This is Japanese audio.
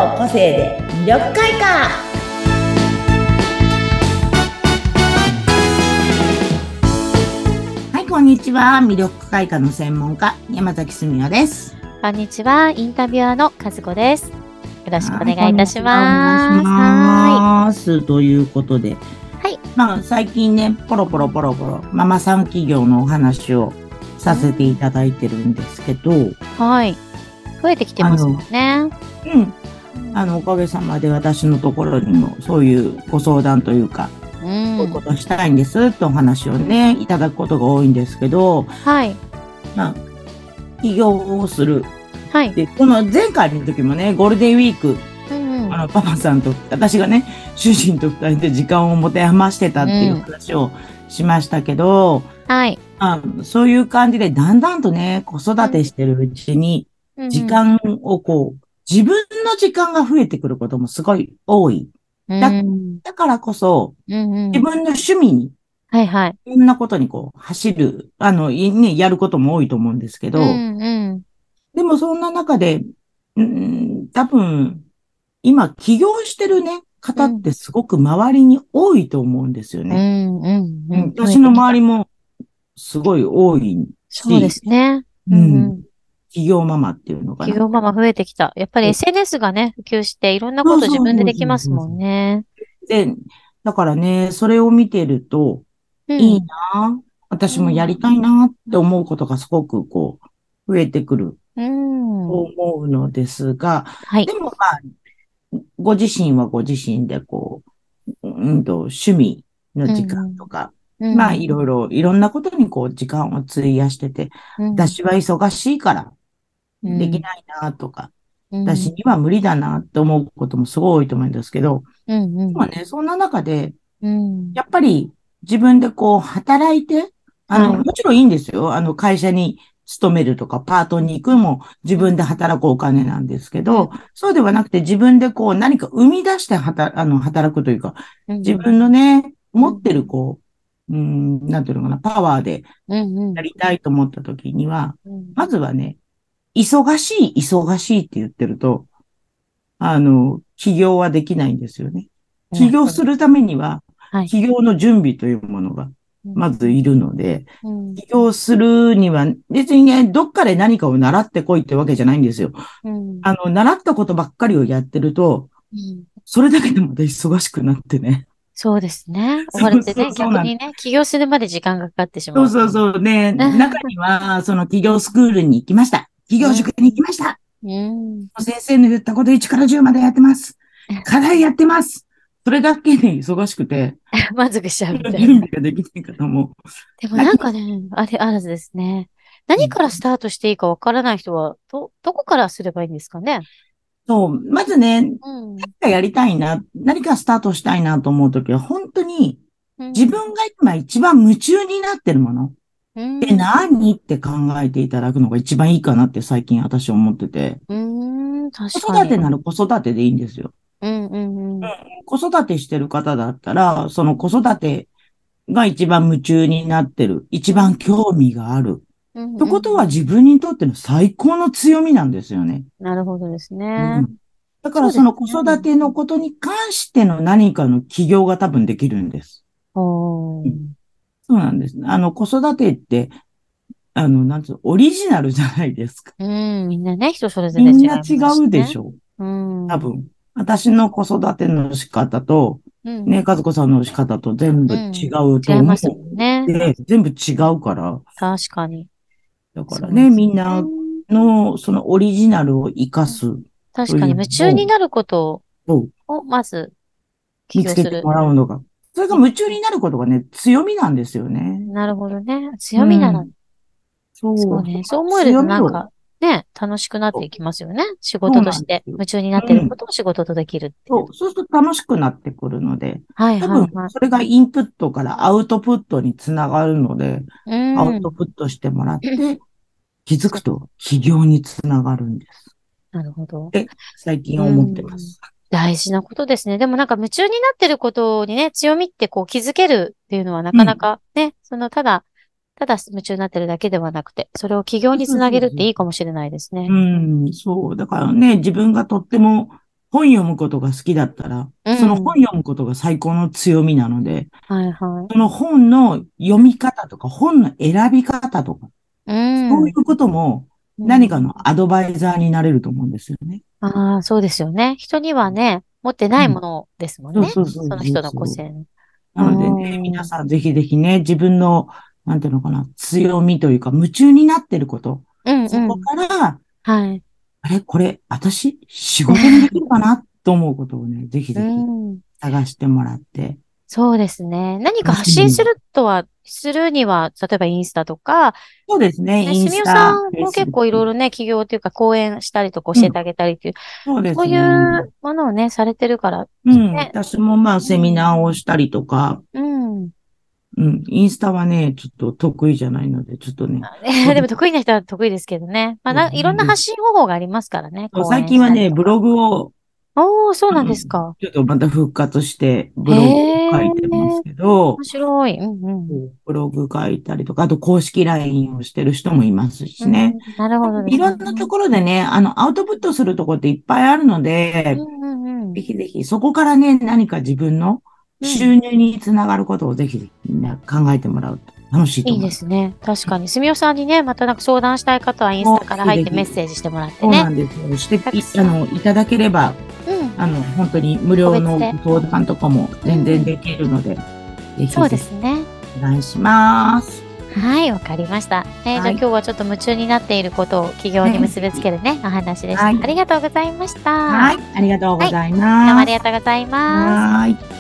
の個性で魅力開花。はい、こんにちは。魅力開花の専門家、山崎澄代です。 こんにちは。インタビュアーの和子です。よろしくおはい、 願いいたしお願いします。 ます。ということで、 はい。 最近ね、ポロポロママさん企業のお話をさせていただいてるんですけど、 はい。増えてきてますもんね。 おかげさまで私のところにもそういうご相談というか、こういうことしたいんですってお話をね、いただくことが多いんですけど、 はい。 起業をする。 はい。 で、この前回の時もね、ゴールデンウィーク、パパさんと、私がね、主人と二人で時間を持て余してたっていう話をしましたけど、 はい。 そういう感じで、だんだんとね、子育てしてるうちに、時間を自分の時間が増えてくることもすごい多い。だからこそ、自分の趣味に、 はいはい。 いろんなことに走る、ね、やることも多いと思うんですけど、でもそんな中で、多分、今、起業してるね、方ってすごく周りに多いと思うんですよね。 増私のえてきた。 周りもすごい多いそうでし、 すね。 起業ママっていうのかな。 企業ママ増えてきた。やっぱり SNS がね、普及していろんなこと自分でできますもんね。 で、だからね、それを見てると、いいな、私もやりたいなって思うことがすごく増えてくると思うのですが、 はい。 でもご自身はご自身で趣味の時間とか、いろんなことに時間を費やしてて、私は忙しいからできないなとか、私には無理だなって思うこともすごい多いと思うんですけど、そんな中で、やっぱり自分で働いて、もちろんいいんですよ。会社に勤めるとか、パートに行くのも自分で働くお金なんですけど、そうではなくて自分で何か生み出して働くというか、自分のね、持ってるなんていうのかな、パワーでやりたいと思った時には、まずはね、忙しいって言ってると、起業はできないんですよね。起業するためには、起業の準備というものが、まずいるので、起業するには、別にね、どっかで何かを習ってこいってわけじゃないんですよ。習ったことばっかりをやってると、それだけでも忙しくなってね。 そうですね。追そうわれてね、 そうそうなん逆にね、起業するまで時間がかかってしそうまう。 そうそうね。中には、その企業スクールに行きました。企業塾に行きました。先生の言ったこと1から10までやってます。課題やってます。それだけで忙しくて、 満足しちゃうみたいな。 準備ができない方も、 でもなき、 なんかね、あらずですね。何からスタートしていいかわからない人は、どこからすればいいんですかね。 そう、まずね、何うん。 かやりたいな、何かスタートしたいなと思うときは、本当に自うん。 分が今一番夢中になってるものでうん。 何って考えていただくのが一番いいかなって最近私思ってて、子確かに。 育てなら子育てでいいんですよ。 うんうんうん。 子育てしてる方だったら、その子育てが一番夢中になってる、一うん番興味がある。 うんってことはうん。 自分にとっての最高の強みなんですよね。 なるほどですね。 うん。だからそうですその子育ね。 てのことに関しての何かの起業が多分できるんです。うん。 おー。 そうなんですね。子育てって、なんつうの、オリジナルじゃないですか。 うん、みんなね、人それぞれ違みんな違いますしね。 うでしょう。 うん。 多分。私の子育ての仕方と、 うん。 ね、和子さんの仕方と全部違うん。 うと思違いますもんね。 う。で、全部違うから。 確かに。 だからね、 そうですみんなね。 のそのオリジナルを活かうんす確かにという夢中のを、 になることそうをまず起見つけて業する。 もらうのが。それが夢中になることがね、強みなんですよね。 なるほどね。強みなら、 うん。そう、 そうね。そう思える強みを、 となんか、ね、楽しくなっていきますよね。仕そう事として。 なんですよ。 夢中になってうん。 ることを仕事とできるっていう。 そうすると楽しくなってくるので、 はい多分はいはい。 それがインプットからアウトプットにつながるので、 うアウトん。 プットしてもらって、気づそう。 くと起業につながるんです。 なるほど。 って最近う思ってまん。 す。 大事なことですね。でもなんか夢中になってることにね、強みってこう気づけるっていうのはなかなうん。 かね、ただ夢中になってるだけではなくて、それを起業につそうそうそうなげるっていいかそう。 もしれないですね。 うん、そう。だからね、自分がとっても本読むことが好きだったら、その本読むことが最高の強みなので、 はいはい。 その本の読み方とか、本の選び方とか、そういうことも何かのアドバイザーになれると思うんですよね。 ああ、そうですよね。人にはね、持ってないものですもんね。 そうそうその人のそうそう。 個性の。 なのでね、皆さんぜひぜひね、自分の、なんていうのかな、強みというか、夢中になってること、そこから、 はい。 あれ、これ、私、仕事にできるかなと思うことをね、ぜひうぜひん。 探してもらって、 そうですね。何か楽発しみに。 信するとは、するには、例えばインスタとか、 そうですね、 ね、 イすみおさンスタ、 んも結フェイスブック。 構いろいろね、起業というか講演したりとかうん、 教えてあげたりっていう、 そうでそういすね。 うものをね、されてるから、 うん、 ね。 私もまあ、セミうん。 ナーをしたりとか、 うん。 うん、インスタはね、ちょっと得意じゃないので、ちょっとね、 でも得意な人は得意ですけどね。まあ、いろんな発信方法がありますからね。講演し最近はね、 たりとか。 ブログをおー、そうなんですか。 ちょっとまた復活してへブログを書いてますえ、 けど、 面白い。うんブログ書いたりとか、あと公式 LINE をしてる人もいますうん。 しね。 うん、なるほどですね。 いろんなところでね、アウトプットするところっていっぱいあるので、 うんうんうん。 ぜひぜひそこからね、何か自分のうん。 収入につながることをぜひぜひ、ね、考えてもらうと楽しいといい思います。 ですね。確かに。すみおさんにね、またなんか相談したい方はインスもうぜタから入ってメッひぜひ、 セージしてもらってそうなね。 んですよ。して、 たくさん。 いただければ、 うん。 本当に無料の個別で。 ご相談とかもうん。 全然できるので、ぜそうでひぜひすね。 お願いします。 はい、わかりました。じゃあはい。 今日はちょっと夢中になっていることを起業にね、 結びつぜひ。 けるね、お話でした。 はい。 ありがとうございました。 はい。ありがとうはい。 ございどうもあます。 りがとうございます。 はい。